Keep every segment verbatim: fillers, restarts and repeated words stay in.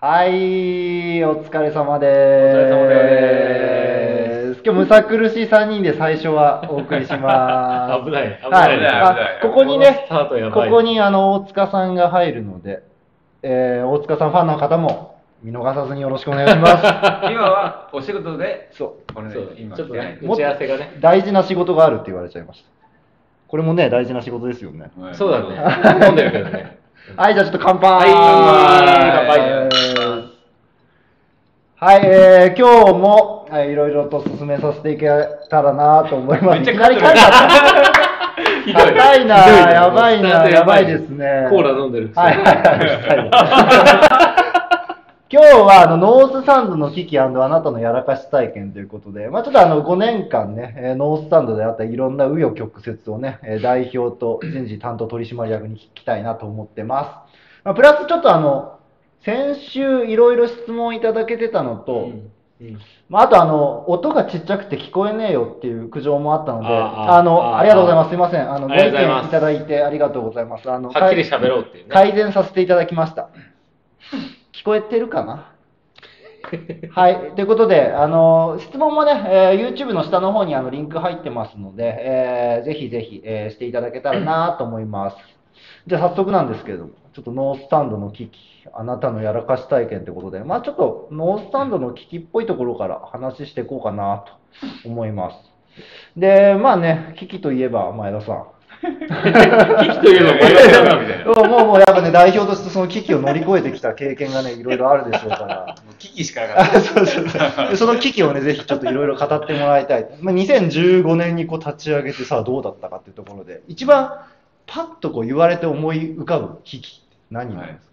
はい、お疲れ様でお疲れ様ーす。今日むさ苦しいさんにんで最初はお送りします。 危ない危はないい、 危ないあここにねこのスタートや、 こばいこにあの大塚さんが入るので、えー大塚さんファンの方も見逃さずによろしくお願いします。 今はお仕事で、 そこれそうで今ちょっとねも打ち合わせがねう、大事な仕事があるって言われちゃいました。これもね、大事な仕事ですよね。 はいそうだね飲んでるけどねはい、じゃあちょっと乾杯。 はい乾杯はい、えー、今日も、はい、いろいろと進めさせていけたらなと思います。 めっちゃいきなり書いてあった。 ひどい硬いな、 ひどいやばいな、 スタートやばいですね。 コーラ飲んでるくせにはいはいはい。今日はあのノースサンドの危機&あなたのやらかし体験ということで、まあ、ちょっとあのごねんかんね、えーノースサンドであったいろんな紆余曲折をね、えー代表と人事担当取締役に聞きたいなと思ってます。まあ、プラスちょっとあの、先週いろいろ質問いただけてたのと、 うんうんまあ、あとあの、音がちっちゃくて聞こえねえよっていう苦情もあったので、 あああの、 あありがとうございます。すいません。あの、ごあり意がとうございます見いただいてありがとうございます。あの、 はっきり喋ろうっていうね改善させていただきました。聞こえてるかなはい。ということで、あの、質問もね、えー YouTube の下の方にあのリンク入ってますので、えーぜひぜひ、えーしていただけたらなと思います。じゃあ早速なんですけれども、ちょっとノースタンドの危機、あなたのやらかし体験ということで、まあちょっとノースタンドの危機っぽいところから話していこうかなと思います。で、まあね、危機といえば前田さん。 危機といえば前田さんみたいな。 もう、もうもうやっぱね、代表としてその危機を乗り越えてきた経験がね、いろいろあるでしょうから。 もう危機しかなかった。 そうそうそうでその危機をね、ぜひちょっといろいろ語ってもらいたい。まあ、にせんじゅうごねんにこう立ち上げてさあどうだったかっていうところで、一番パッとこう言われて思い浮かぶ危機って何なんですか？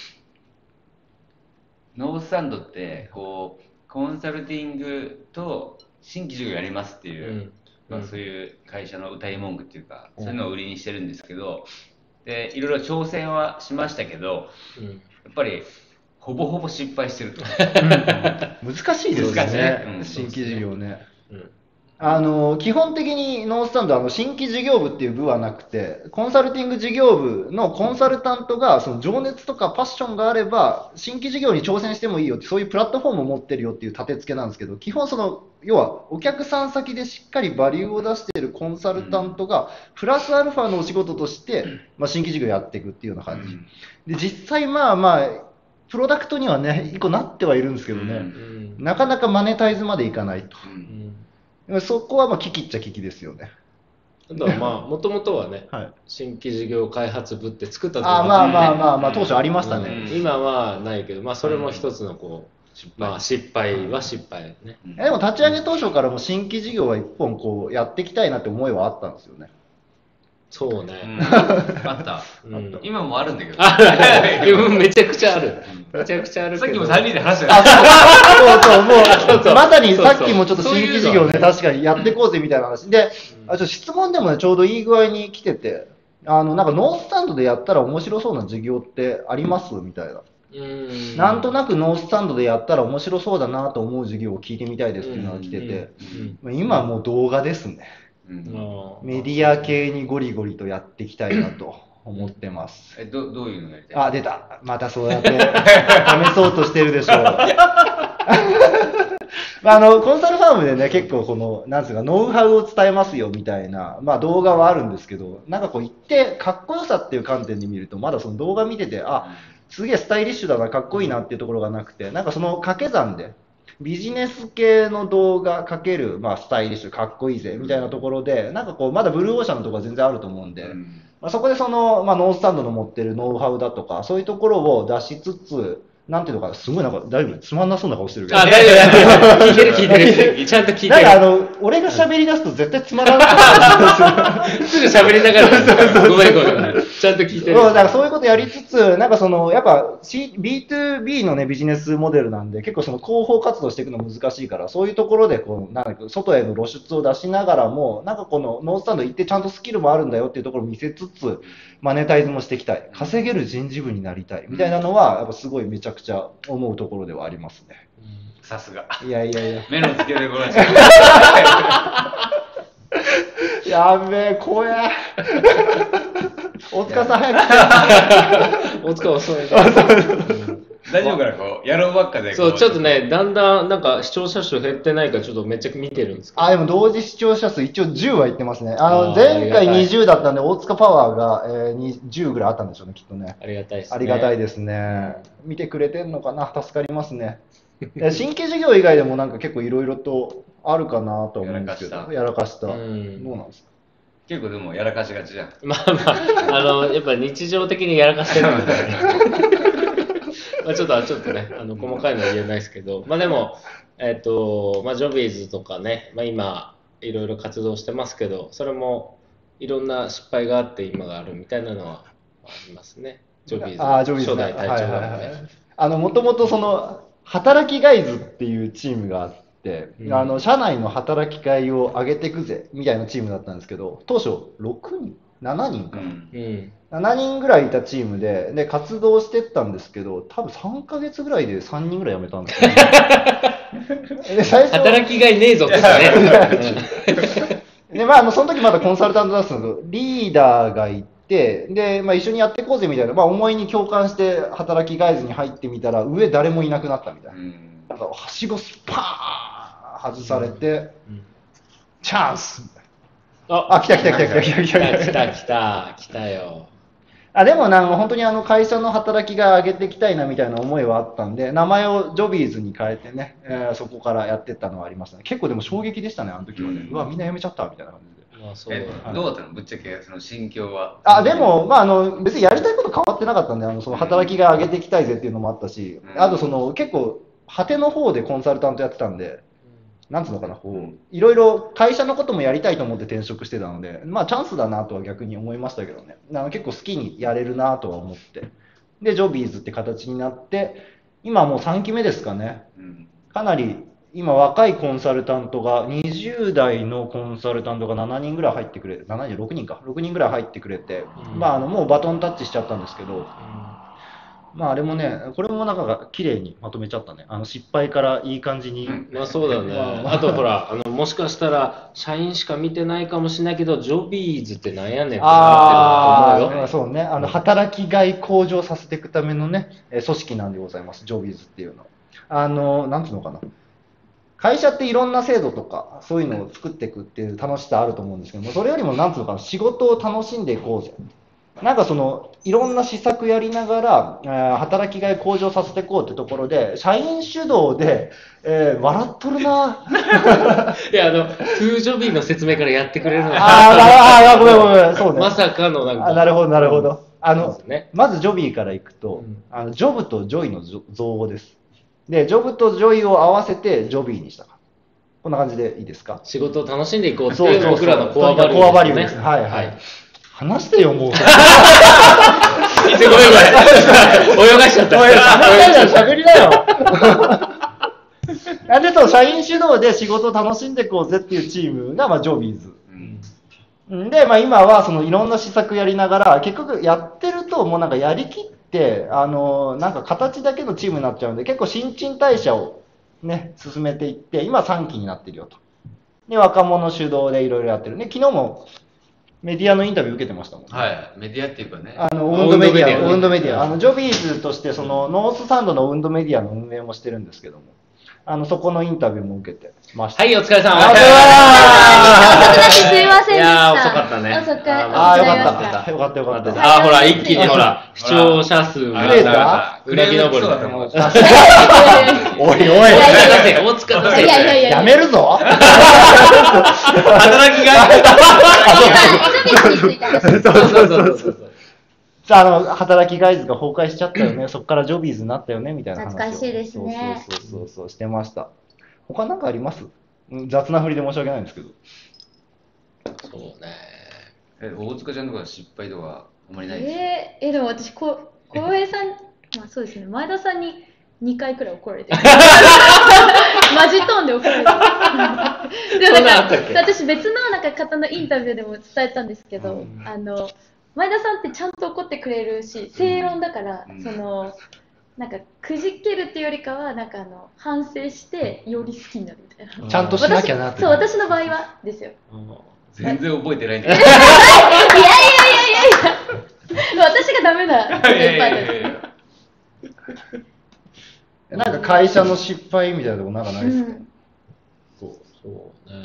ノースサンドってこうコンサルティングと新規事業やりますっていう、 うんまあ、そういう会社の謳い文句っていうか、そういうのを売りにしてるんですけど、でいろいろ挑戦はしましたけど、 うんやっぱりほぼほぼ失敗してると。 難しいです難しいねね、うん新規事業ね。 うんあの基本的にノースタンドはあの新規事業部っていう部はなくて、コンサルティング事業部のコンサルタントがその情熱とかパッションがあれば新規事業に挑戦してもいいよって、そういうプラットフォームを持ってるよっていう立て付けなんですけど、基本その要はお客さん先でしっかりバリューを出しているコンサルタントがプラスアルファのお仕事として、まあ、新規事業やっていくっていうような感じで、実際まあまあプロダクトにはね一個なってはいるんですけどね、 うんなかなかマネタイズまでいかないと。 ううんんそこはまあ危機っちゃ危機ですよね。 あとはまあもともとはねはい。 新規事業開発部って作ったとこあーまあまああまあまあ当初ありましたうんね。 今はないけど、まあそれも一つのこう、まあ失敗は失敗ね。 うんえでも立ち上げ当初からも新規事業は一本こうやっていきたいなって思いはあったんですよね。 そううんね。 あった。 うん今もあるんだけど。 あるうんめちゃくちゃある。めちゃくちゃあるけど。 さっきもさんにんで話してあた。 そうそうもうそうそうまさにそうそうさっきもちょっと新規事業ね確かにやっていこうぜみたいな話で、あちょっと質問でもねちょうどいい具合に来てて、あのなんかノースタンドでやったら面白そうな事業ってありますみたいな。 うんなんとなくノースタンドでやったら面白そうだなと思う事業を聞いてみたいですっていうのが来てて、 うんまあ今はもう動画ですね。 うんあーメディア系にゴリゴリとやっていきたいなと思ってます。 えどどういうのやりたい？ あ、出た。またそうやって試そうとしてるでしょう。まあ、あのコンサルファームでね結構このなんですかノウハウを伝えますよみたいな、まあ、動画はあるんですけど、なんかこう言ってかっこよさっていう観点で見るとまだその動画見ててあすげえスタイリッシュだなかっこいいなっていうところがなくて、なんかその掛け算でビジネス系の動画かける、まあ、スタイリッシュかっこいいぜみたいなところでなんかこうまだブルーオーシャンのところは全然あると思うんで、 うんまあ、そこでその、まあ、ノースタンドの持ってるノウハウだとかそういうところを出しつつ、なんていうのかな、すごいなんか大丈夫つまんなそうな顔してるけど、 あ、大丈夫、大丈夫。聞いてる、聞いてる。ちゃんと聞いてる。 なんかあの俺が喋り出すと絶対つまらないすぐ喋りながら、ごめんごめんごめん。ちゃんと聞いてる。 そうだからそういうことやりつつ、なんかそのやっぱ、C、ビーツービー の、ね、ビジネスモデルなんで結構その広報活動していくの難しいから、そういうところでこうなんか外への露出を出しながらもなんかこのノースタンド行ってちゃんとスキルもあるんだよっていうところを見せつつマネタイズもしていきたい、稼げる人事部になりたいみたいなのはやっぱすごいめちゃくちゃ思うところではありますね。 さすが。 いやいやいや。 目の付けどころ違う。 やべえ、怖え。大塚さん早く来て。 大塚遅いね。 大丈夫かな、こう、野郎ばっかでこ。 そう、ちょっとね、だんだんなんか視聴者数減ってないから、ちょっとめっちゃ見てるんですけど。 あ、でも同時視聴者数一応じゅうはいってますね。あの、 あー前回ありがたいにじゅうだったんで、大塚パワーが、えー、にじゅうぐらいあったんでしょうね、きっとね。 ありがたいですね。 ありがたいですね。見てくれてんのかな、助かりますね。で新規事業以外でもなんか結構いろいろとあるかなと思うんですけど、やらかした。 うんどうなんですか？ 結構でもやらかしがちじゃん。 まあまあ、あの、やっぱ日常的にやらかしてるんで、まあちょっと、ちょっとね、あの、細かいのは言えないですけど、まあでも、えっと、まあジョビーズとかね、まあ今、いろいろ活動してますけど、それもいろんな失敗があって今があるみたいなのはありますね。ジョビーズ。 あージョビーズね初代隊長がね。 はいはいはい、あの、もともとその、働きガイズっていうチームがあって、うん、あの、社内の働き会を上げていくぜ、みたいなチームだったんですけど、当初ろくにん ?なな 人かな、うん、ななにんぐらいいたチームで、で、活動してったんですけど、多分さんかげつぐらいでさんにんぐらい辞めたんですよ、ね。で最初働きがいねえぞってね。 で、まあ、あの、その時まだコンサルタントだったんですけど、リーダーがいて、で、まあ、一緒にやっていこうぜみたいな、まあ、思いに共感して働きガイズに入ってみたら、上誰もいなくなったみたいな。うん、なんか、はしごスパーン外されて、うんうん、チャンスあ、あ、来た来た来た来た来た来た来た来た来たよ。 あ、でもなんか本当にあの会社の働きが上げていきたいなみたいな思いはあったんで、名前をジョビーズに変えてね、えー、そこからやってったのはありましたね。結構でも衝撃でしたね、あの時はね。うん、うわ、みんな辞めちゃったみたいな感じで。 まあそうえどうだったのぶっちゃけその心境は。 あ、でも、まあ、あの、別にやりたいこと変わってなかったんで、あの、その働きが上げていきたいぜっていうのもあったし、うん、あとその結構、果ての方でコンサルタントやってたんで、なんつうのかな、こう、いろいろ会社のこともやりたいと思って転職してたので、まあチャンスだなとは逆に思いましたけどね。あの結構好きにやれるなとは思って。で、ジョビーズって形になって、今もうさんきめですかね。かなり、今若いコンサルタントが、にじゅう代のコンサルタントがななにんぐらい入ってくれる、ななじゅうろくにんか、ろくにんぐらい入ってくれて、うん、まああのもうバトンタッチしちゃったんですけど、うんまああれもね、これもなんか綺麗にまとめちゃったね。あの失敗からいい感じに。 うん、まあそうだね。あとほら、あのもしかしたら社員しか見てないかもしれないけど、ジョビーズってなんやねんってなってると思うよ。 そうね。あの働きがい向上させていくためのね、組織なんでございます。ジョビーズっていうの。あのなんていうのかな。会社っていろんな制度とかそういうのを作っていくっていう楽しさあると思うんですけども、それよりもなんていうのかな、仕事を楽しんでいこうぜ。なんかそのいろんな施策やりながら、えー、働きがい向上させていこうってところで社員主導で、えー、笑っとるな。 いやあのトゥージョビーの説明からやってくれるの。 ああごめんごめんそうね。 まさかのなんか。 あなるほどなるほど。うん、あの、 ね、 まずジョビーからいくと、うん、あのジョブとジョイの造語です。でジョブとジョイを合わせてジョビーにした。こんな感じでいいですか。 仕事を楽しんでいこうっていう僕らのコアバリューですね。 コアバリューです。はいはい。はい話してよ、もう。ごめんごめん。泳がしちゃった。 喋りなよ。なんでそう、社員主導で仕事を楽しんでいこうぜっていうチームが、まあ、ジョビーズ。うん、で、まあ、今はそのいろんな施策やりながら、結局やってると、もうなんかやりきって、あの、なんか形だけのチームになっちゃうんで、結構新陳代謝をね、進めていって、今さんきになってるよと。で、若者主導でいろいろやってる。で、昨日も、メディアのインタビュー受けてましたもんね。 はい。メディアっていうかね。 あの、ウンドメディア、ウンドメディア。あの、ジョビーズとして、その、ノースサンドのウンドメディアの運営もしてるんですけども、あの、そこのインタビューも受けてました。 はい、お疲れ様です。あーすいませんでした。いやー、遅かったね。 遅かった。 あー、よかった。よかった、よかった。 あー、ほら、一気にほら、視聴者数が、うなぎ登りだと思う。 おいおい。 大塚だぜ。 やめるぞ。 働きが。 そうそうそうそう。さあ、あの、働きガイズが崩壊しちゃったよね。そこからジョビーズになったよね、みたいな話を。 懐かしいですね。 そうそうそうそう、してました。他なんかあります？雑な振りで申し訳ないんですけど。 そうね。 え、大塚ちゃんとか失敗とかあんまりないですか？ えー、え、でも私、こ浩平さん、まあそうですね、前田さんににかいくらい怒られてる。マジトーンで怒られてる。でもなんか私別のなんか方のインタビューでも伝えたんですけど、うん、あの前田さんってちゃんと怒ってくれるし正論だから、うん、そのなんかくじけるっていうよりかはなんかあの反省してより好きになるみたいな。 ちゃんとしなきゃなって。 そう私の場合はですよ。 全然覚えてないんだけど。 いやいやいやいやいや。私がダメな先輩です。 なんか会社の失敗みたいなとこなんかないですか？ うん、 そうそうね。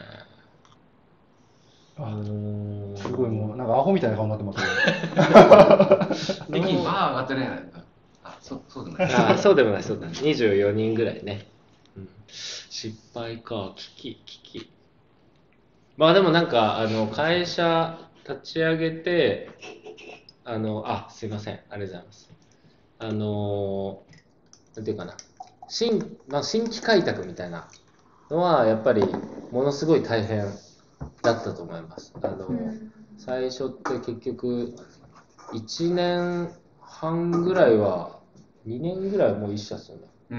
ああのー、 すごいもうなんかアホみたいな顔になってますけど。 駅にバー上がってないのか。あ、そそうでもない。 あそうでもない、そうだね。にじゅうよにんぐらいね。うん、失敗か、危機、危機。まあでもなんか、あの、会社立ち上げて、あの、あ、すいません、ありがとうございます。あの、なんていうかな、新、まあ、新規開拓みたいなのは、やっぱり、ものすごい大変だったと思います。あの、 うん、 最初って結局、いちねんはんぐらいは、にねんぐらいもう一社っすよね。 うん。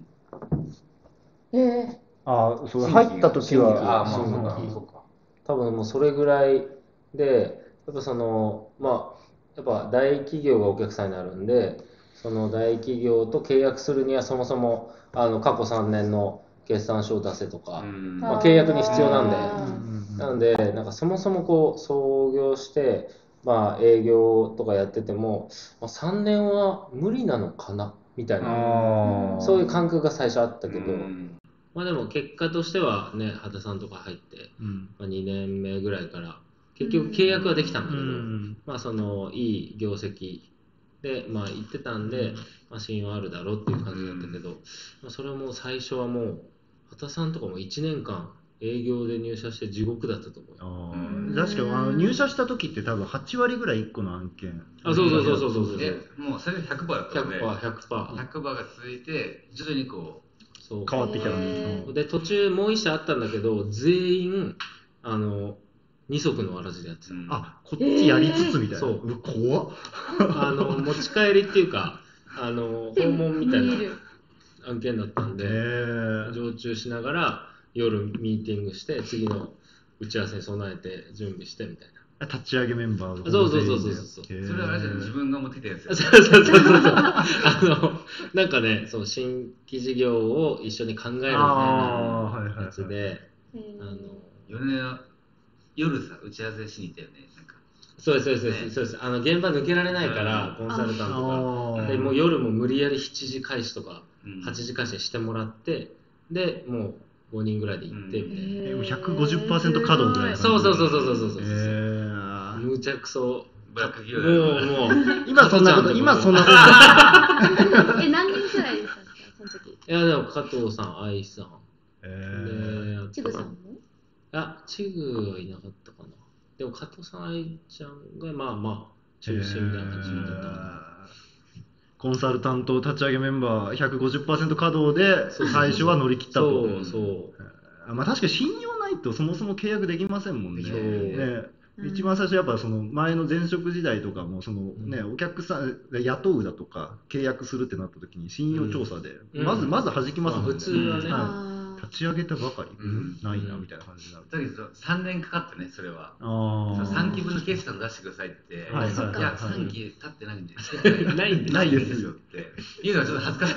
えー、 ああ、そう入った時は、 あ、まあそうか、 新規そうか。 多分もうそれぐらいで、やっぱその、まあ、やっぱ大企業がお客さんになるんで、その大企業と契約するにはそもそもあの過去さんねんの決算書を出せとか、 うんまあ、契約に必要なんで、 あなので、なんかそもそもこう創業して、まあ、営業とかやってても、まあ、さんねんは無理なのかなみたいな、 あそういう感覚が最初あったけど、 うんまあでも結果としてはね、畑さんとか入って、 うんまあ、にねんめぐらいから結局契約はできたんだけど、 うんまあそのいい業績でまあ言ってたんで、まあ、信用あるだろうっていう感じだったけど、まあ、それはもう最初はもう畑さんとかもいちねんかん営業で入社して地獄だったと思うよ。 あうんー確かにあの入社した時って多分はち割ぐらいいっこの案件あ、そうそうそうそうそうそう。 え、もうそれでひゃくパーセントだったので、 ひゃくパーセント、ひゃくパーセント。 ひゃくパーセントが続いて、徐々にこそう変わってきたのへーにで途中もう一社あったんだけど、全員あの二足のわらじでやってう、 た。 うんあこっちやりつつみたいな、 そううわ怖っあの持ち帰りっていうか、あの訪問みたいな案件だったんで、 へー常駐しながら夜ミーティングして次の打ち合わせに備えて準備してみたいな。 立ち上げメンバーがそうそうそうそうそうへーそれはあれじゃない、自分が持ってたやつや。 そうそうそうそうそう。あのなんかね、その新規事業を一緒に考えるみたいあーはいはいはいなやつで、 えーあの夜ね、夜さ、打ち合わせしに行ったよね。なんかそうですそうですねそうです。あの現場抜けられないから、 うんコンサルタントあが。 ーでもう夜も無理やりしちじ開始とかうんはちじ開始してもらって、でもうごにんぐらいで行ってみたいな。 えもうひゃくごじゅっパーセント稼働ぐらいなそうそうそうそうそうそうそう。 へーむちゃくそ。 ブラック企業もだよね。 うもう。 今そんなこと今そんなことえ、何人くらいでしたんですか、その時。 いやでも加藤さん、愛さん。 へーで、 ちぐさんもあ、チグはいなかったかな。でも加藤さん、愛ちゃんがまあまあ中心みたいな感じだったかな。 コンサルタント立ち上げメンバー ひゃくごじゅっパーセント 稼働で最初は乗り切ったと。 そうそう。 あまあ、確かに信用ないとそもそも契約できませんもんね。 そうねうん一番最初やっぱその前の前職時代とかもその、ねお客さんが雇うだとか契約するってなった時に信用調査で、 うんまずまず弾きますもんね。 まあ普通はねはあい立ち上げたばかり、 うんないなみたいな感じになる。 だけどさんねんかかったね、それは。 ああ。 さんきぶんの決算出してくださいって、 はいはいはいはいいや、さんき経ってないんで、 ないんですないですよっていうのはちょっと恥ずかしい。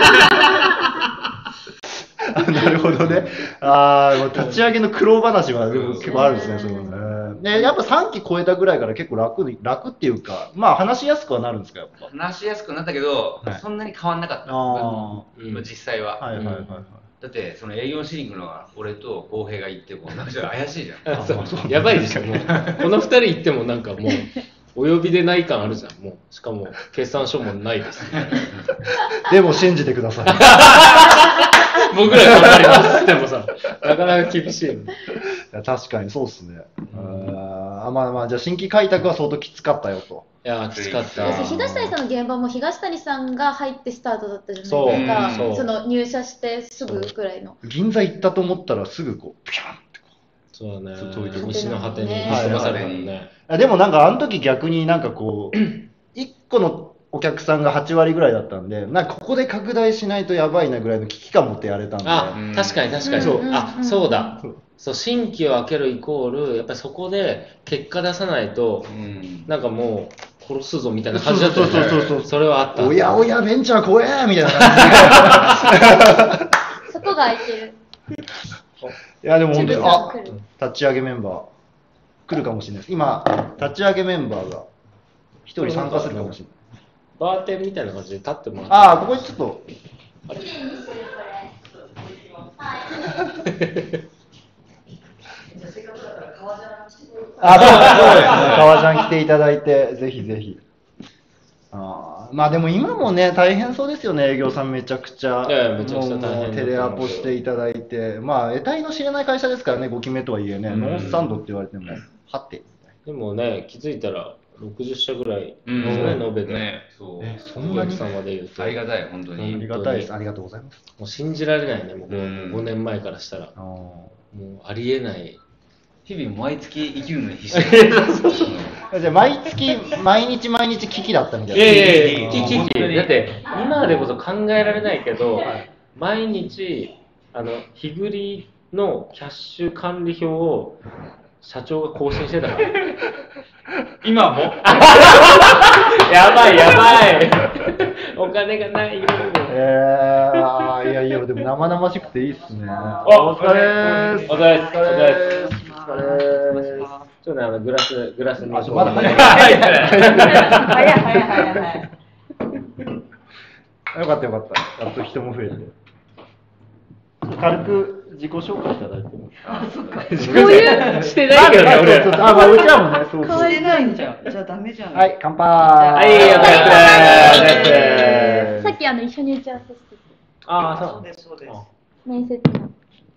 あなるほどね。ああ、立ち上げの苦労話はでも結構あるんですね、それはね。ねやっぱさんき超えたぐらいから結構楽に、楽っていうか、まあ話しやすくはなるんですか、やっぱ。 話しやすくなったけど、 はいそんなに変わんなかった。 あうん実際は。 はいはいはいはい。 だって、その営業しに行くのは俺と浩平が行っても、なんかちょっと怪しいじゃん。 そうやばいでしょ、もう。このふたり行ってもなんかもう、お呼びでない感あるじゃん、もう。しかも、決算書もないです。 でも信じてください。 僕ら頑張りますってもさ、なかなか厳しいよね。 いや確かにそうですね。あーまあまあ、じゃあ新規開拓は相当きつかったよと。 いやー、きつかった。 ー東谷さんの現場も東谷さんが入ってスタートだったじゃないですか。 そうその入社してすぐくらいの。 銀座行ったと思ったらすぐこう、ピャンってこそうだね。 そういうとこ西の果てにね飛ばされたもんね。 う。あでもなんかあの時逆になんかこう、いっこのお客さんがはち割ぐらいだったんで、なんかここで拡大しないとやばいなぐらいの危機感持ってやれたんで。 あうん、 確かに確かに。 そうあ、そうだそう。 そう、新規を開けるイコール、やっぱりそこで結果出さないと、 うん。 なんかもう殺すぞみたいな感じだったよね。 そうそうそうそうそれはあった。 おやおや、ベンチャー怖えみたいな感そこが空いてる。 じで。いや、でも本当に、あ来る立ち上げメンバー、来るかもしれないです。今、立ち上げメンバーが一人参加するかもしれない。 バーテンみたいな感じで立ってもらって。 ああ、ここにちょっとあ、そうそうですね。革ジャン着ていただいて、ぜひぜひ。あまあでも今もね、大変そうですよね、営業さんめちゃくちゃ。 いやいやめちゃくちゃ大変だと思うもうテレアポしていただいて、まあ、得体の知れない会社ですからね、ごきめとはいえね、 うんノースサンドって言われても、はて。 でもね、気づいたらろくじゅっしゃぐらいですうんね、延べで。 ね、そう。 えそおんなに客様で言うと。 ありがたい、本当あにり。がたいです。ありがとうございます。 もう信じられないね、もううんごねんまえからしたら。 あーもうありえない。 日々毎月生きるのに必死。 じゃあ毎月、毎日毎日危機だったみたいな。 いやいやいや、 うんキキキ。 本当にだって、今でこそ考えられないけど、毎日、あの、日繰りのキャッシュ管理表を社長が更新してたから。 今もやばいやばい。お金がないよ。 えー、あーいやいや、でも生々しくていいっすね。 おお疲れーす。 お疲れ様ですお疲れーす。お疲れーす。 ちょっとね、あの、グラス、グラスに。 あまだ早い早い早い早い早い早い。 よかったよかった。やっと人も増えて。軽く自己紹介いただいても。 あ、そっか。 こういうしてないけどね、 そう俺。 そうそうあ、まあ、うちらもね、そうそう。 してないんじゃん。じゃあダメじゃん。 はい、乾杯。 はい、お疲れ様です。 さっきあの一緒に打ち合わせしてて、 ああ、そう。 そうですそうです。 面接の。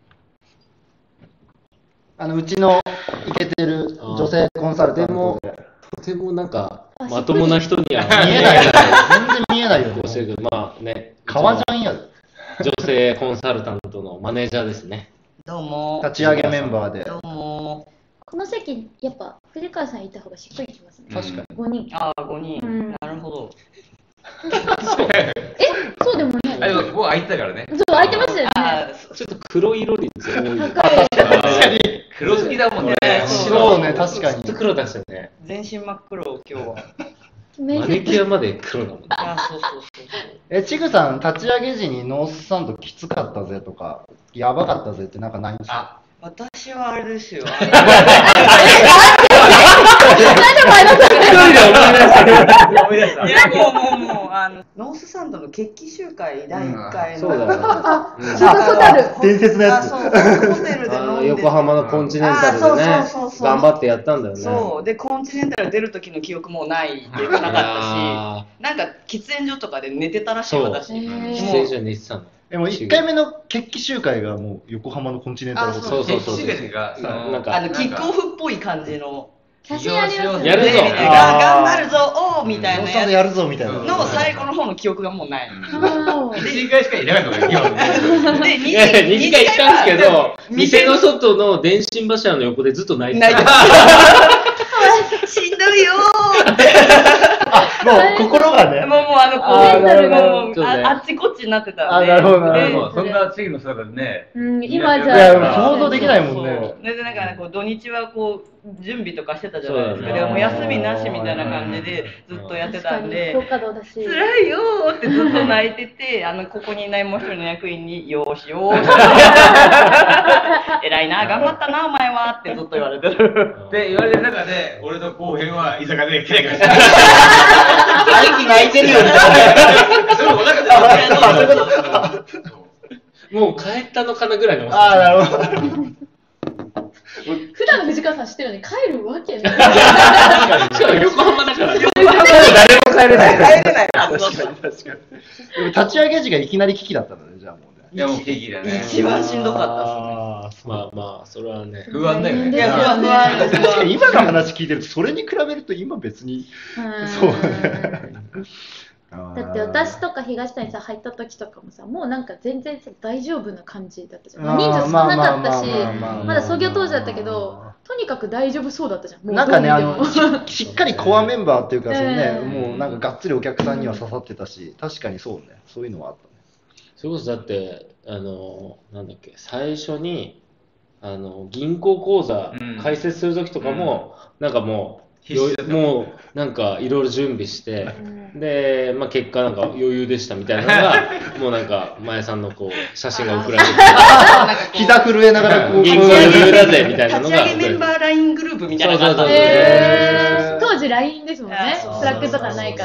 あの、うちのイケてる女性コンサルタントで。 とてもなんか、 あまともな人には見えないよ。全然見えないよ。 教えてまあね、 革ジャンやで。 女性コンサルタントのマネージャーですね。 どうも。 立ち上げメンバーで。 どうも。 この席、やっぱ藤川さんいた方がしっくりきますね。 確かに。 ごにん。 ああ、五人。 うんなるほど。 え、そうでもない。 あ、でもここ開いてたからね。 そう、空いてましたよね。 あちょっと黒色率多い。 高い。 黒好きだもんね。 そうね、確かにずっと。黒だしたよね。 全身真っ黒、今日は。 面マネキ接。 ュアまで黒だもんね。 あ、そうそうそうそう。 え、ちぐさん、立ち上げ時にノースサンドきつかったぜとか、やばかったぜってなんかないんですか？ 私はあれですよ。 思い出したいや、もうもうもう、あの、ノースサンドの決起集会だいいっかいの。 そうだよね。 あ、 うんそうそうなる。 伝説のやつあ、そう、ホテルであの飲んで。 横浜のコンチネンタルであねそうそうそうそう頑張ってやったんだよね。 そう。で、コンチネンタル出る時の記憶もないっていうかなかったあし、なんか喫煙所とかで寝てたらしいそう私。 へーー、出演者に寝てたの。 でもいっかいめの決起集会がもう横浜のコンチネンタルホテル。 そうそうそうそう決起集会がそのなんかあの、キックオフっぽい感じの。 写真ありますよね。 やるぞでが頑張るぞ、おーみたいなやノースサンドやるぞみたいな。 つの最後の方の記憶がもうない。 あいち回しかいなかったから、今で、 いやいや、にじかい行ったんですけど、店の外外の電信柱の横でずっと泣いて泣いてた。 た。しんどいよーって。 もう心がね。 もう、もう、あの、こあーう、 なるほどもうちょっとねああっちこっちになってたんで。 あなるほどなるほどもうそんな次の姿でね。 うん、今じいやゃ想像できないもんねそうで、なんかね、こう土日はこう、準備とかしてたじゃないですか。 そうだねでもう休みなしみたいな感じでずっとやって確かにたんで高、稼働だし。 辛いよーってずっと泣いてて、あの、ここにいないもう一人の役員に、よーしよーし。偉いな、頑張ったな、お前はってずっと言われてる。 で、言われてる中で、俺の後編は居酒屋でキラキラして兄貴泣いてるよみたいな。 それも分かってた。 もう帰ったのかなぐらいの。 ああ、なるほど。 普段の藤川さん知ってるのに帰るわけない。 しかも横浜だから。 誰も帰れない。 帰れない。 確かに確かに。でも立ち上げ時がいきなり危機だったのね、じゃあもうね。 いや、もうケーキだね。 一番しんどかったっすね。 あーまあまあ、それはね。 不安だよね。 いや、不安不安です確かに今の話聞いてると、それに比べると今別に、そうね。 だって私とか東谷さん入った時とかもさ、もうなんか全然さ大丈夫な感じだったじゃん。まあ、人数少なかったし、まだ創業当時だったけど、とにかく大丈夫そうだったじゃん。もうなんかね、あどう見てのもししっかりコアメンバーっていうか、そのね、 うんもうなんかがっつりお客さんには刺さってたし、確かにそうね、そういうのはあったね。 それこそだって、あの、なんだっけ、最初に、あの、銀行口座開設するときとかも、なんかもう、 必死だったもう、なんかいろいろ準備して、 うんで、まあ結果なんか余裕でしたみたいなのが、もうなんか、前さんのこう、写真が送られてき膝震えながらこて、 う、 銀行余裕だぜみたいなのが立ち上げメンバー ライン グループみたいなのがあったんそうそうそうで、 へー当時 ライン ですもんね。 あそうスラックとかないから。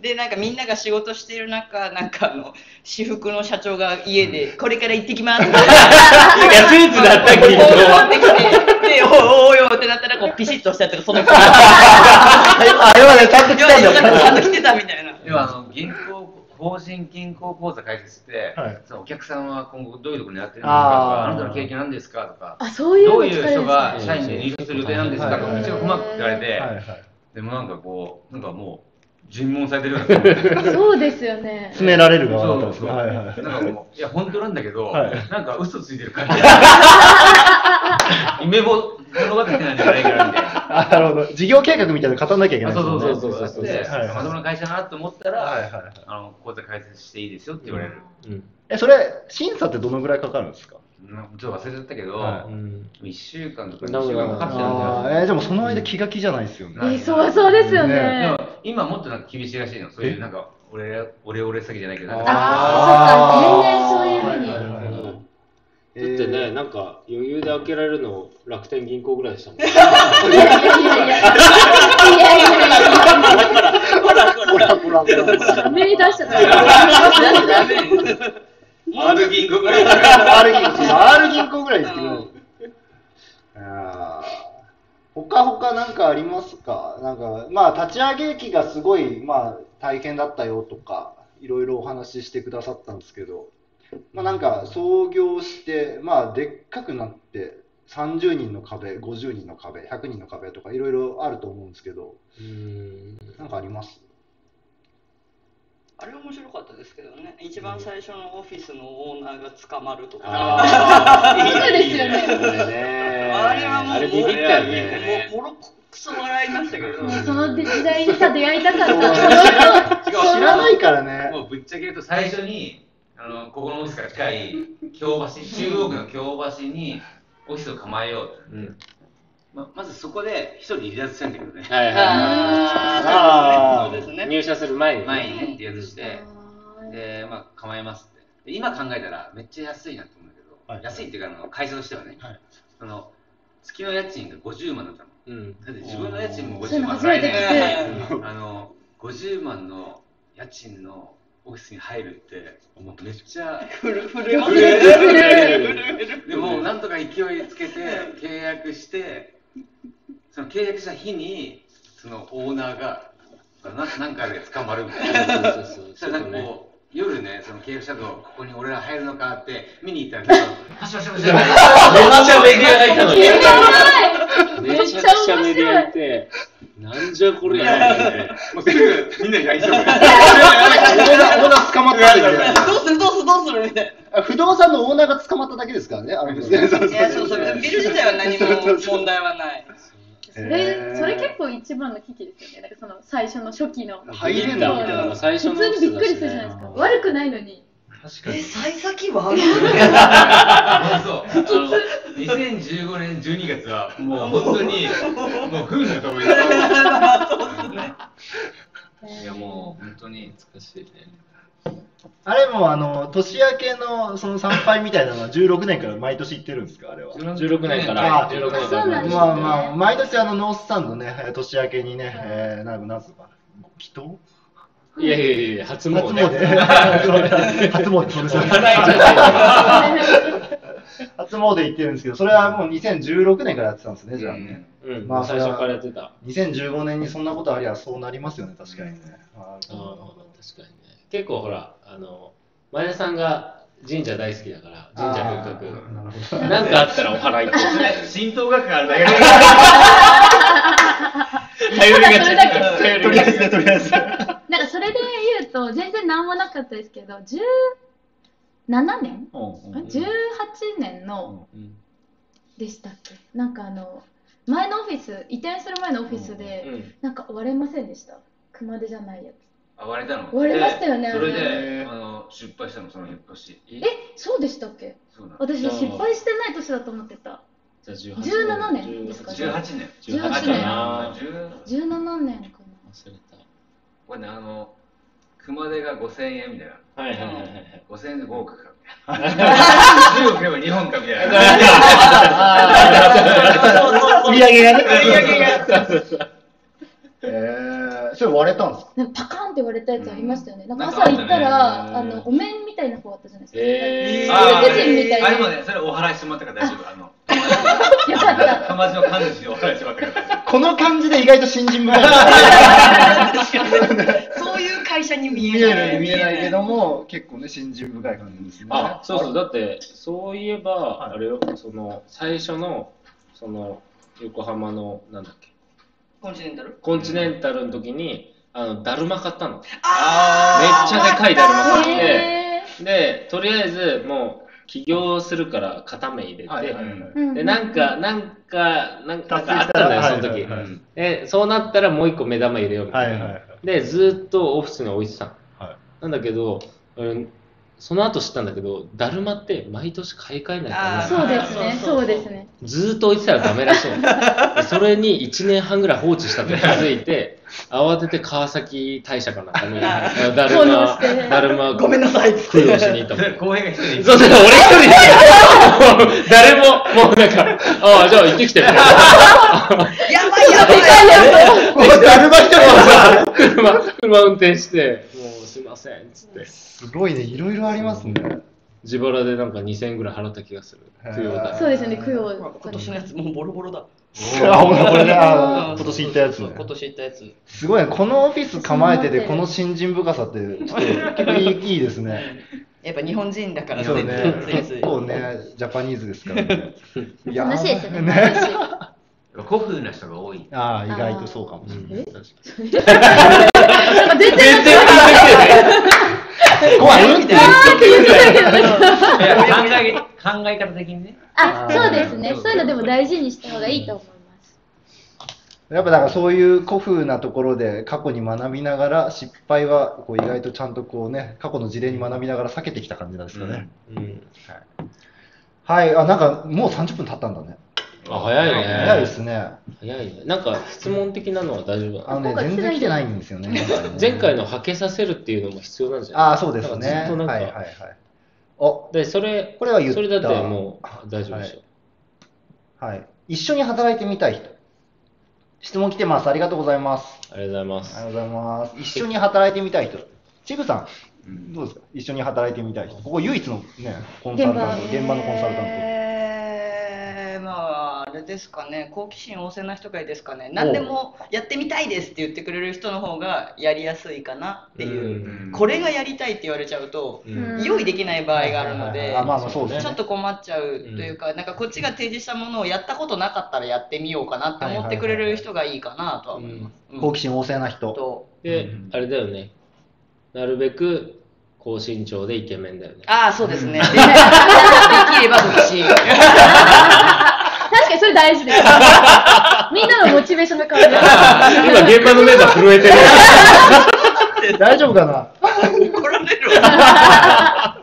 でなんかみんなが仕事してる中、なんかあの私服の社長が家でこれから行ってきますって。いやスーツだったけど。 持ってきて、でおーおーよってなったらこうピシッとしたやつがその。あれはねちゃんと来たんだよ。 ちゃんと来てたみたいな。 でもあの銀行法人銀行口座開設して、はい、そのお客さんは今後どういうところにやってるんですかとか、あなたの経験なんですかとか、 あそういうどういう人が社員で入社する予定なんですかとか、一応細かく言われて、はいはい、でもなんかこうなんかもう。尋問されてるようなそうですよね。 詰められる側だったんですか。 はいはい。なんかもういや本当なんだけど、はい、なんか嘘ついてる感じ。夢物語なんじゃないかなみたいな。 あ、なるほど。事業計画みたいなの語んなきゃいけない。 そうそうそうそうそう。で、まともな会社だなと思ったら、はいはい、あの口座開設していいですよって言われる。 うんうん、え、それ審査ってどのぐらいかかるんですか。 ちょっと忘れちゃったけど、はい、いっしゅうかんとかにしゅうかんかかってたんだよ。えー、でもその間気が気じゃないですよね。 えー、そうそうですよね。 ね、でも今もっとなんか厳しいらしいの。そういうなんか俺俺俺詐欺じゃないけど。ああ、年々そういうふうに。 だってね、なんか余裕で開けられるの楽天銀行ぐらいでしたもん。いやいやいやいやいやいやいや。ほらほらほらほら。目に出しちゃった。 R 銀行ぐらい。 R 銀行、R 銀行ぐらいですけど。他他なんかありますか。なんかまあ立ち上げ期がすごいまあ大変だったよとかいろいろお話ししてくださったんですけど、まあなんか創業してまあでっかくなってさんじゅうにんの壁、ごじゅうにんの壁、ひゃくにんの壁とかいろいろあると思うんですけど、うーんなんかあります。 あれ面白かったですけどね。一番最初のオフィスのオーナーが捕まるとか。 そうですよね。 あれはもう、 あれビビったよね。 もろくそ笑いましたけど。 その時代にさ出会いたかった。 知らないからね。 もうぶっちゃけ言うと最初にあのここのオフィスから近い京橋、中央区の京橋にオフィスを構えようと。うんま, まずそこで一人離脱したんだけどね。はいはいはい。そうですね。入社する前に。 前にね、離脱して、で、まあ、構えますって。今考えたらめっちゃ安いなと思うんだけど、はい、安いっていうか、あの会社としてはね、はい、その月の家賃がごじゅうまんだったの。うん、だって自分の家賃もごじゅうまん払えないあの、ごじゅうまんの家賃のオフィスに入るって、めっちゃ震えますね。でも、なんとか勢いつけて契約して、その契約した日にそのオーナーが何かで捕まるみたいな。そしたらなんかこう夜ね、その契約したとここに俺ら入るのかって見に行ったらなんかパシャパシャパシャ。めっちゃメディアがいたの。 めちゃくちゃメディアいて、なんじゃこれやね。 もうすぐみんなに会いそう。オーナー捕まったんだけど。どうするどうするどうするみたいな。 不動産のオーナーが捕まっただけですからね。あのいやそうそう。ビル自体は何も問題はない。 それ、それ結構一番の危機ですよね。なんかその最初の初期の入れんだみたいな。 最初の普通にびっくりするじゃないですか。悪くないのに。 確かに。え、幸先は？ そう。にせんじゅうごねんじゅうにがつはもう本当にもう不運なところです。いやもう本当に難しいね。 あれもあの年明けのその参拝みたいなのはじゅうろくねんから毎年行ってるんですか。あれはじゅうろくねんからじゅうろくねんからまあまあ毎年あのノースサンドね年明けにね、えー、なんかなんつうか祈祷いやいやいや初詣初詣初詣それそれ初詣行ってるんですけど、それはもうにせんじゅうろくねんからやってたんですね。じゃあね、 うん、まあ最初からやってた。 にせんじゅうごねんにそんなことありゃそうなりますよね。確かにね。 ああ確かにね。結構ほらあの前田さんが神社大好きだから神社仏閣なんかあったらお祓いって神道学があるだけで頼りがち頼りがちとりあえずなんかそれで言うと全然なんもなかったですけどじゅうななねんじゅうはちねんのでしたっけ。なんかあの前のオフィス移転する前のオフィスでなんか割れませんでした。熊手じゃないやつ。 あ、割れたの？ 割れましたよね。 それであの失敗したのその年。 え、そうでしたっけ？私失敗してない年だと思ってた。 じゃあじゅうななねんですかね。 じゅうはちねん。 じゅうはちねん。じゅうななねんかな。 忘れた。 これねあの熊手がごせんえんみたいな。 はいはいはいはい。 ごせんえんでごおくかみたいな。じゅうおくでもにほんかみたいな。 売り上げがね。 売り上げが。 えーえ、それ割れたんですか？ なんかパカーンって割れたやつありましたよね。なんかなん朝行ったら、 なんかあったねあのお面みたいな子あったじゃないですか。 えーあー中国人みたいな。 あ、でもね、それお払いしてもらったから大丈夫。あの、 よかった。 友達の神主にお払いしてもらったから大丈この感じで意外と信心深い。 そういう会社に見見えない。 えない見えないけども、結構ね、信心深い感じですね。 あ、そうそう、だって、そういえば、 はいあれよ、その、最初の、その、横浜の、なんだっけ、 コンチネンタルコンチネンタルの時に、あの、だるま買ったの。めっあちゃでかいだるま買って、 へで、とりあえず、もう、起業するから片目入れて、 はいはいはいーで、なんか、なんか、なんか達成あったのよ、 したらその時。 はいはいはいで、そうなったらもう一個目玉入れようみたいな。 はいはいはいで、ずーっとオフィスに置いてたの。 はいなんだけど、うんその後知ったんだけど、だるまって毎年買い替えないから、 あーそうですね、そうですね。 ずーっと置いてたらダメらしいの。でそれにいちねんはんぐらい放置したと気づいて、慌てて川崎大社かなんかに、あのだる奉納まして、 だるまごめんなさいっつって供養しに行ったもん。 夫。公平が一人でそうそう、俺一人で、誰も、もうなんか、ああ、じゃあ行ってきてみたいな。 やばいやばいもうだるま一人だ。 車、車運転して、もうすいません、つって。 すごいね、いろいろありますね。 自腹でなんかにせんえんぐらい払った気がする。供養だ。 そうですね、供養。 今年のやつもうボロボロだ。 あ、ほんとこれね、あうん今年行ったやつね。 今年行ったやつ。 すごいね、このオフィス構えてて、この信心深さって、ちょっと結構いいいいですね。 やっぱ日本人だからそうね、 ついつい結構ね、ジャパニーズですからね。いや楽しいですよね、 ね楽しい。 古風な人が多い。 ああ、意外とそうかもしれない。 え確かなんか全然全然に怖い、うんってあーって言ってたけどね。 いや考え、考え方的にね。 あ、そうですね。そういうのでも大事にした方がいいと思います。 やっぱだからそういう古風なところで過去に学びながら、失敗はこう意外とちゃんとこうね、過去の事例に学びながら避けてきた感じなんですかね。 うん。 はい、はい、あ、なんかもうさんじゅっぷん経ったんだね。 あ、早いね。 早いですね。 早いね。なんか質問的なのは大丈夫なのあのね、全然来てないんですよね。 前回のはけさせるっていうのも必要なんじゃない？ ああ、そうですね。 なんかずっとなんか、 はいはいはい。お、 で、それ、 これは言った。 それだってもう大丈夫でしょ。 はい。一緒に働いてみたい人。質問来てます。ありがとうございます。 ありがとうございます。 ありがとうございます。一緒に働いてみたい人。チブさん、どうですか？一緒に働いてみたい人。ここ唯一のね、コンサルタント、現場のコンサルタント。 えー、まああれですかね、好奇心旺盛な人がいいですかね。何でもやってみたいですって言ってくれる人の方がやりやすいかなっていう。 うんこれがやりたいって言われちゃうと、 うん用意できない場合があるので、 あ、まあまあそうですね。 ちょっと困っちゃうというか、なんかこっちが提示したものをやったことなかったらやってみようかなって思ってくれる人がいいかなとは思います。うん好奇心旺盛な人。 とで、 うんあれだよね。なるべく高身長でイケメンだよね。 ああ、そうですね。でできれば独身。 確かにそれ大事です。みんなのモチベーションが変わる。 今現場のメンバー震えてる。 大丈夫かな？ 怒られるわ。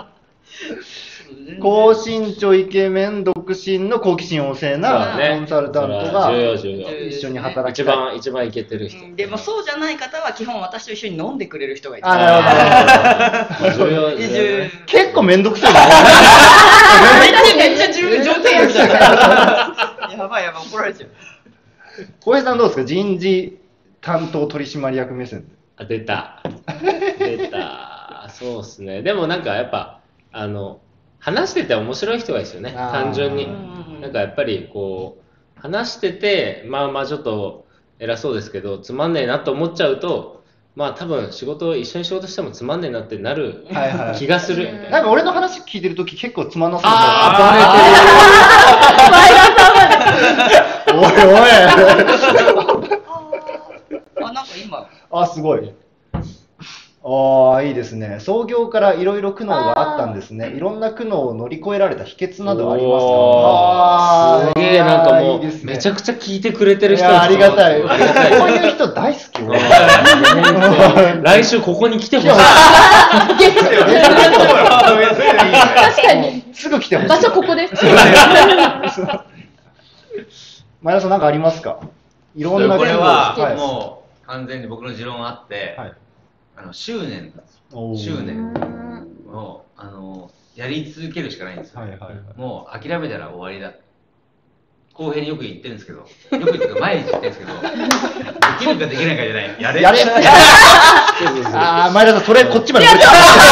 高身長イケメン独身の好奇心旺盛なコンサルタントが重要重要。 一緒に働きたい。 一番、一番イケてる人。 うんでもそうじゃない方は基本私と一緒に飲んでくれる人がいて。 あ、なるほど。 重要移住結構めんどくさいね。 めっちゃめっちゃ重条件やったから。やばいやばい怒られちゃう。 小平さんどうですか？人事担当取締役目線で。 あ、出た。出た。そうっすね。でもなんかやっぱ、あの、話してて面白い人がいいですよね。 あー単純にうん。 なんかやっぱりこう、話してて、まあまあちょっと偉そうですけど、つまんねえなと思っちゃうと、まあ多分仕事、一緒に仕事してもつまんねえなってなるはいはい気がする。 なんか俺の話聞いてるとき結構つまんなそうあおいおい。 あ、なんか今。 あ、すごい。ああ、いいですね。創業からいろいろ苦悩があったんですね。いろんな苦悩を乗り越えられた秘訣などはありますか？ おーすげえ、なんかもいいですねうめちゃくちゃ聞いてくれてる人いやありがたい。 ありがたい。 こういう人大好き。俺来週ここに来てほしい。 確かに。 すぐ来てほしい。 場所ここです。 前田さんなんかありますか？いろんなこれははいもう完全に僕の持論あって、 はいあの執念なんですおーよ。執う念んをあのやり続けるしかないんですよ。 はいはいはい。 もう諦めたら終わりだ。 公平によく言ってるんですけど、よく言ってるか毎日言ってるんですけど、できるかできないかじゃない、やれやれああ、前田さん、それこっちまで。 あれ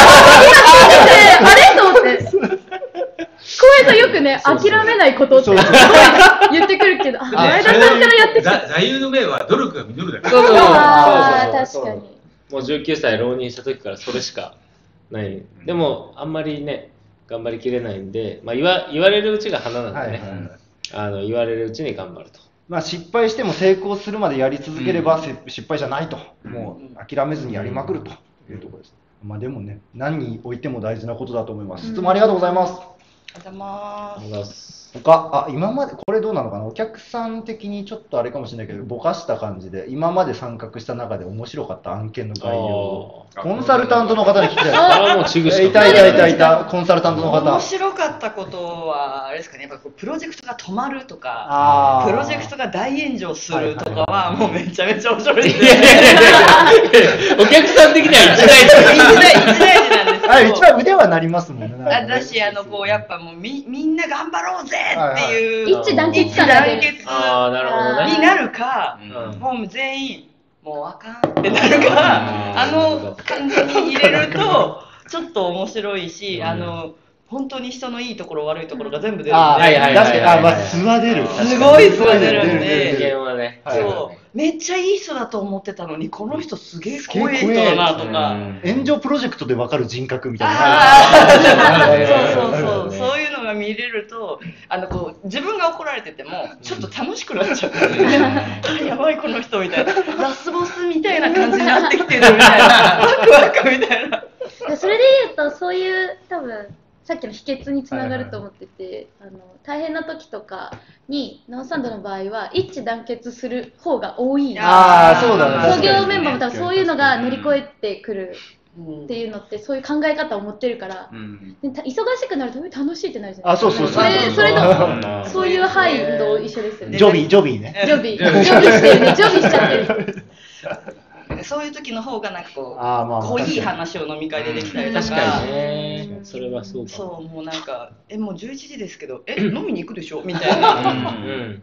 と思って。浩平さんよくね、諦めないことって言ってくるけど、あ、前田さんからやってきた。 座右の銘は努力が実るだから。 そうそうそう。 ああ、確かに。 もうじゅうきゅうさい浪人した時からそれしかない。でも、あんまりね、頑張りきれないんで、まあ、言わ言われるうちが花なんでね、はいはい、あの言われるうちに頑張ると。 まあ、失敗しても成功するまでやり続ければ、うん、失敗じゃないと、もう諦めずにやりまくるというところです。まあ、でもね、何においても大事なことだと思います。質問ありがとうございます。 ありがとうございます。 他、あ、今まで、これどうなのかな、お客さん的にちょっとあれかもしれないけど、ぼかした感じで、今まで参画した中で面白かった案件の概要を、コンサルタントの方に聞きたい。 ああ、もうちぐしか。 いたいたいたいた、コンサルタントの方。 面白かったことは、あれですかね、やっぱこうプロジェクトが止まるとか、プロジェクトが大炎上するとかは、もうめちゃめちゃ面白いですね。 お客さん的には一大事。 一大事、一大事なんですけど。 あ、一番腕はなりますもんね。 私、あの、こう、やっぱもうみ、みんな頑張ろうぜっていう。 一致団結感団結あーなるほどねになるか、うん、もう全員もうあかんってなるか、あの感じに入れるとちょっと面白いし、うん、あの本当に人のいいところ悪いところが全部出るんで、 あ、はいはいはいはい、確かに、あ、まあ、素は出る、 すごい素は出るんで、 人間はね、 そう、めっちゃいい人だと思ってたのにこの人すげえ怖い人だなとか、 炎上プロジェクトで分かる人格みたいな、 そうそうそう、そういうのが見れると、あのこう自分が怒られててもちょっと楽しくなっちゃう、あ、やばいこの人みたいな、ラスボスみたいな感じになってきてるみたいな、ワクワクみたいな。 それで言うと、そういう多分さっきの秘訣につながると思ってて、はいはい、あの大変な時とかにノーサンドの場合は一致団結する方が多い。 ああ、そうだね。 創業メンバーも多分そういうのが乗り越えてくるっていうのって、そういう考え方を持ってるから、うん、で忙しくなると楽しいってなるじゃないですか。 あ、そうそうそう。 それそれのそういう範囲と一緒ですよね。 ジョビージョビーね。 ジョビージョビーしてるね。ジョビーしちゃってる。 そういう時の方がなんかこう、 あ、まあ、 濃い話を飲み会でできたりとか、 確かにね、それはそうか。 そう、もうなんか、え、もうじゅういちじですけど、え、飲みに行くでしょみたいな、うん、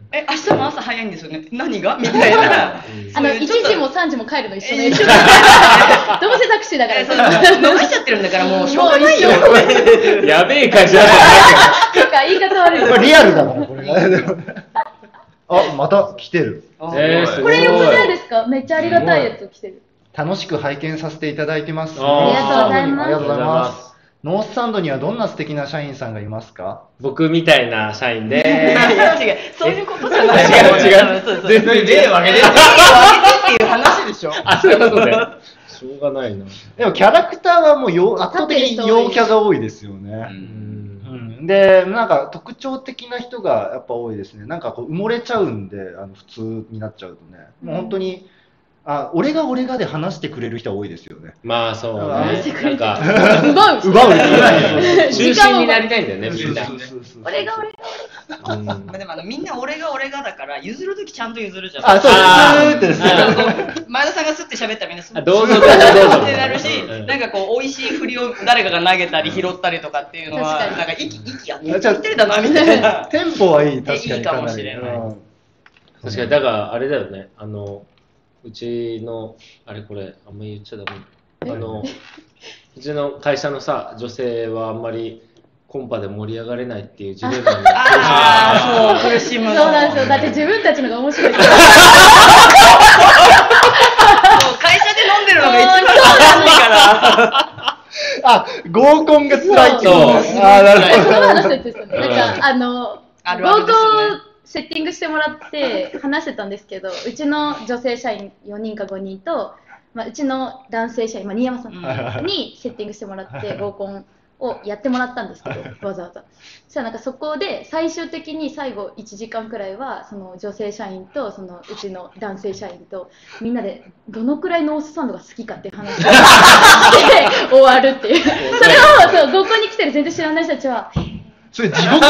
え、明日も朝早いんですよね、何がみたいな、 あのいちじもさんじも帰るの一緒の一緒どうせタクシーだから、 飲ましちゃってるんだからもうしょうがないよ。 やべえ会社だとか言い方悪い。 これリアルだからこれ。あ、また来てる。 えー、 これよくないですか？めっちゃありがたいやつ来てる。 楽しく拝見させていただいてます。 ありがとうございます。 ありがとうございます。ノースサンドにはどんな素敵な社員さんがいますか？ 僕みたいな社員で。 違う、そういうことじゃない。 違う違う。全然例を挙げて。例を挙げてっていう話でしょ。 あ、そういうことで。しょうがないな。 でもキャラクターはもうよ圧倒的に陽キャが多いですよね。で、なんか特徴的な人がやっぱ多いですね。なんかこう埋もれちゃうんで、あの普通になっちゃうとね、もう本当に、あ、俺が俺がで話してくれる人は多いですよね。 まあそうね。なんか奪う奪う中心になりたいんだよね、みんな。 俺が俺が俺が。まあでもあのみんな俺が俺がだから譲るときちゃんと譲るじゃん。 あ、そうです。 前田さんがすって喋ったらみんなすってどうぞどうぞどうぞってなるし、なんかこう美味しい振りを誰かが投げたり拾ったりとかっていうのはなんか息息が似てるだなみたいな。 テンポはいい、確かに。 いいかもしれない。 確かにだからあれだよね。あのうちのあれこれあんまり言っちゃダメ。あのうちの会社のさ女性はあんまりコンパで盛り上がれないっていうジレンマに。 ああ、そう苦しむ。 そうなんですよ。だって自分たちのが面白い。会社で飲んでるのが一番楽しいから。 あ、合コンが辛いってこと。 ああ、なるほど。その話ですよね。なんかあの合コンセッティングしてもらって話してたんですけど、うちの女性社員よにんかごにんと、まあ、うちの男性社員、まあ、新山さんにセッティングしてもらって合コンをやってもらったんですけど、わざわざ。そしたらなんかそこで最終的に最後いちじかんくらいはその女性社員とそのうちの男性社員とみんなでどのくらいノースサンドが好きかっていう話をして終わるっていう。それをそう合コンに来てる全然知らない人たちは。 それ地獄じゃん。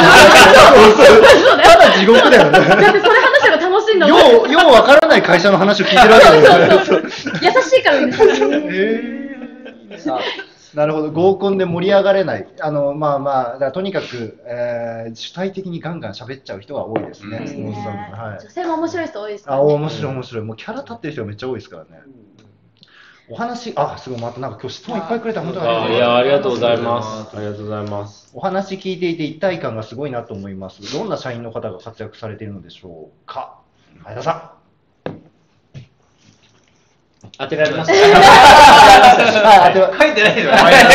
ただ地獄だよね。 だってそれ話が楽しいんだもん。 よう、ようわからない会社の話を聞いてるわけだよね。 そうそうそう。優しいからね。 えー、 なるほど、合コンで盛り上がれない。あの、まあまあ、だからとにかく、えー主体的にガンガン喋っちゃう人が多いですね。 うんスノースさんのはい。 女性も面白い人多いですかあ、 らね。 面白い面白い。もうキャラ立ってる人がめっちゃ多いですからね。お話、あ、すごい、またなんか今日質問いっぱいくれた、本当にありがとうございます。 あいや、ありがとうございます。ありがとうございます。 お話聞いていて一体感がすごいなと思います。どんな社員の方が活躍されているのでしょうか。前田さ当てられましん。 た。 はい、当て書いてないでしょ。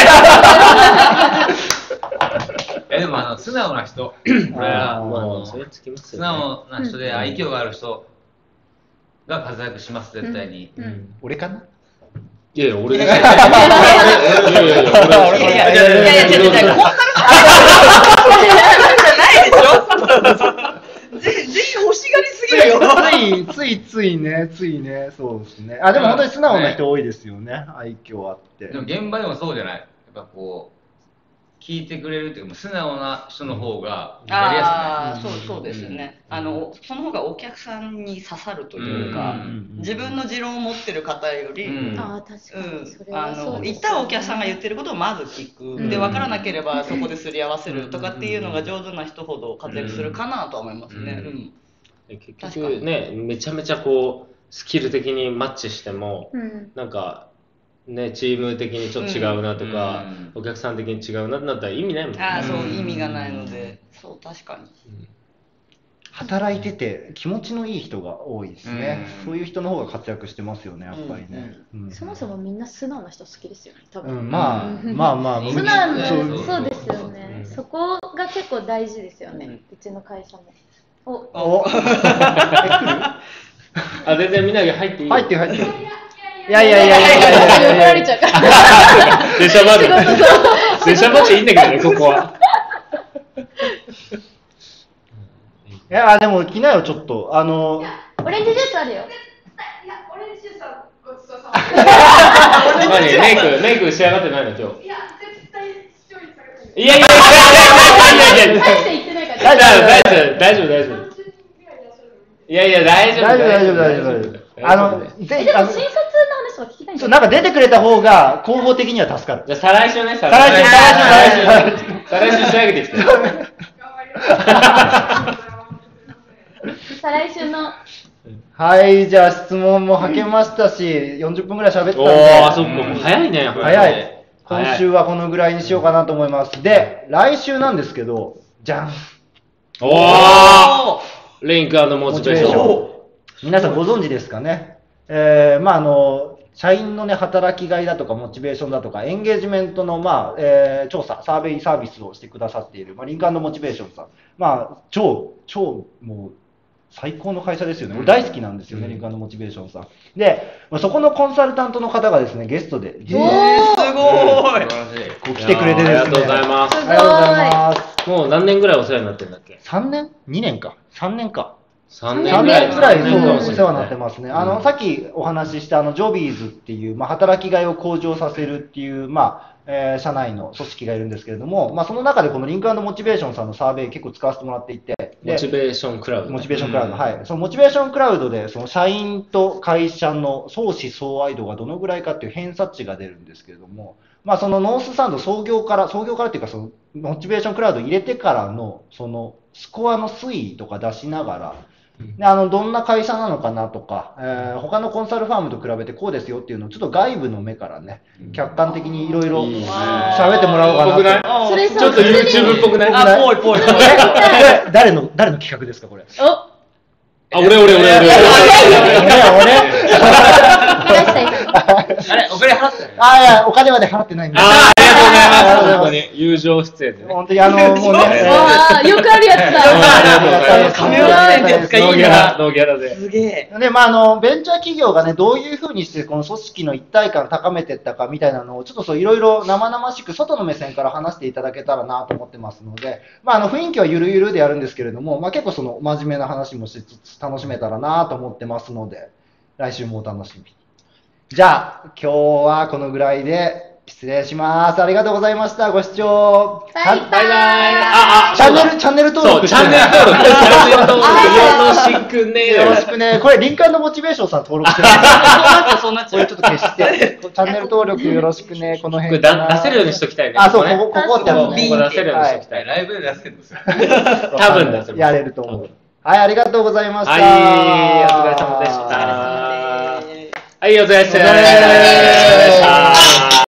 えでもあの素直な人、これはあーあのもうそれつきます素よね。 直な人で愛嬌がある人が活躍します、絶対に。 うん俺かな。 いやいや、俺ですよ。いやいやいや、俺いやいやいやいや、違う違う違う、コンサルタントじゃないでしょ。ぜ全員欲しがりすぎるよ。 ついついついね、ついね、そうですね。あ、でも本当に素直な人多いですよね。愛嬌あって。 でも現場でもそうじゃない。やっぱこう聞いてくれるっていうか、素直な人の方がやりやああ、 すくない。 そうそうですよね。あのその方がお客さんに刺さるというか、 うん自分の持論を持ってる方より、 うんああ、確かに。それうん、あはそうのです一旦お客さんが言ってることをまず聞く、 んで分からなければそこですり合わせるとかっていうのが上手な人ほど活躍するかなとは思いますね。 うんうん結局ね、めちゃめちゃこう、スキル的にマッチしても、 うん。 なんか、ね、チーム的にちょっと違うなとか、 うんお客さん的に違うなってなったら意味ないもんね。 ああ、そう意味がないので、そう確かに。 働いてて気持ちのいい人が多いですね。 うんそういう人の方が活躍してますよね、やっぱりね。うんそもそもみんな素直な人好きですよね、多う分。 ん、まあ、 うんまあまあ、 うん素直な、 そうそうですよね。 うんそこが結構大事ですよね、 うんうちの会社も。お、 おあ、全然みんなで入っていい入ってる入ってる。いやいやいやいやい怒やいやいや。 られちゃうから。 出しゃばる。出しゃばっていいんだけどね、ここは。 いや、でも来なよ、ちょっと。あの、 オレンジジュースあるよ。 何メイク、メイク仕上がってないの、今日。 いや、絶対視聴率下がっていやいやいやいやいやいやいやいや大して言ってないから。 大丈夫、大丈夫、大丈夫。いやいや、大丈夫、 大丈夫、大丈夫、大丈夫、大丈夫。あの、ぜえ、 ひ、あのでも新卒の話は聞きたいんそう、 じゃなんか出てくれた方が、広報的には助かる。 じゃあ、再来週ね、再再来週再来週再来週。再来週仕上げてきて。 頑張ります。 再来週の。 はい、じゃあ質問もはけましたし、よんじゅっぷんぐらい喋ったんおで、 ー、そっか、もう早いね。 早い。今早い週はこのぐらいにしようかなと思います。で、来週なんですけど、じゃん。 おーレインクモチベーション。 ン。皆さんご存知ですかね。えー、まああの、社員のね、働きがいだとか、モチベーションだとか、エンゲージメントの、まあ、えー調査、サーベイサービスをしてくださっている、まあ、リンクモチベーションさん。まあ、超、超、もう、最高の会社ですよね。俺大好きなんですよね、リンクモチベーションさん。で、まあそこのコンサルタントの方がですね、ゲストで、実えはー、すごい。 素晴らしい。 こう来てくれてですね。 ありがとうございます。 ありがとうございます。 もう何年ぐらいお世話になってるんだっけ？ さんねん ?に 年か。さんねんか。 さんさんねんぐらい。 ねんくらい、 さんそう、おねんかもしれ世話になってますね。あの、 うんさっきお話しした、あの、ジョビーズっていう、まあ、働きがいを向上させるっていう、まあ、えー社内の組織がいるんですけれども、まあ、その中でこのリンクモチベーションさんのサーベイ結構使わせてもらっていて、でモチベーションクラウドね。 モチベーションクラウド、はい。そのモチベーションクラウドで、その社員と会社の相思相愛度がどのぐらいかっていう偏差値が出るんですけれども、まあ、そのノースサンド創業から、創業からっていうか、そのモチベーションクラウド入れてからの、そのスコアの推移とか出しながら、であのどんな会社なのかなとか、えー他のコンサルファームと比べてこうですよっていうのをちょっと外部の目からね、客観的にいろいろいいね喋ってもらおうかなぽくないと。 それさちょっと YouTube っぽくない？ あ、ぽいぽいぽい。 これ誰の誰の企画ですかこれ？ お、 あ、俺俺俺俺俺。 俺東谷さん。 あれ、お金払ってないあいやお金まで払ってないんで。 あーありがとうございます。 ありがとうございま本当に友情出演でね。 本当にあのもうね。 わあ、よくあるやつだ。 ありがとうございます。 神尾さんってやつかいいなノーギャラ、ノーギャラで。 すげえ。 で、まあ、あの、ベンチャー企業がね、どういうふうにしてこの組織の一体感高めていったかみたいなのを、ちょっとそういろいろ生々しく外の目線から話していただけたらなと思ってますので、まあ、あの、雰囲気はゆるゆるでやるんですけれども、まあ、結構その真面目な話もしつつ楽しめたらなと思ってますので、来週もお楽しみに。じゃあ、今日はこのぐらいで、 失礼します。ありがとうございました。ご視聴。 バイバイ。 バイバイ。あ、あ、 チャンネル、チャンネル登そう、 録チャンネル登録。チャンネル登録。よろしくね。 よろしくね。これ、リンカーンモチベーションさん登録してる。 そうなっちゃう、そうなっちゃう。 これちょっと消して。チャンネル登録よろしくね。このこれ辺かな。 だ出せるようにしときたいね。 あ、そう、 ねここ、ここってやつここね。 ここ出せるようにしときたい。 ライブで出せるんですよ。 多分出せる。 やれると思う。はい、ありがとうございました。 はい、お疲れ様でした。はい、お疲れ様でした。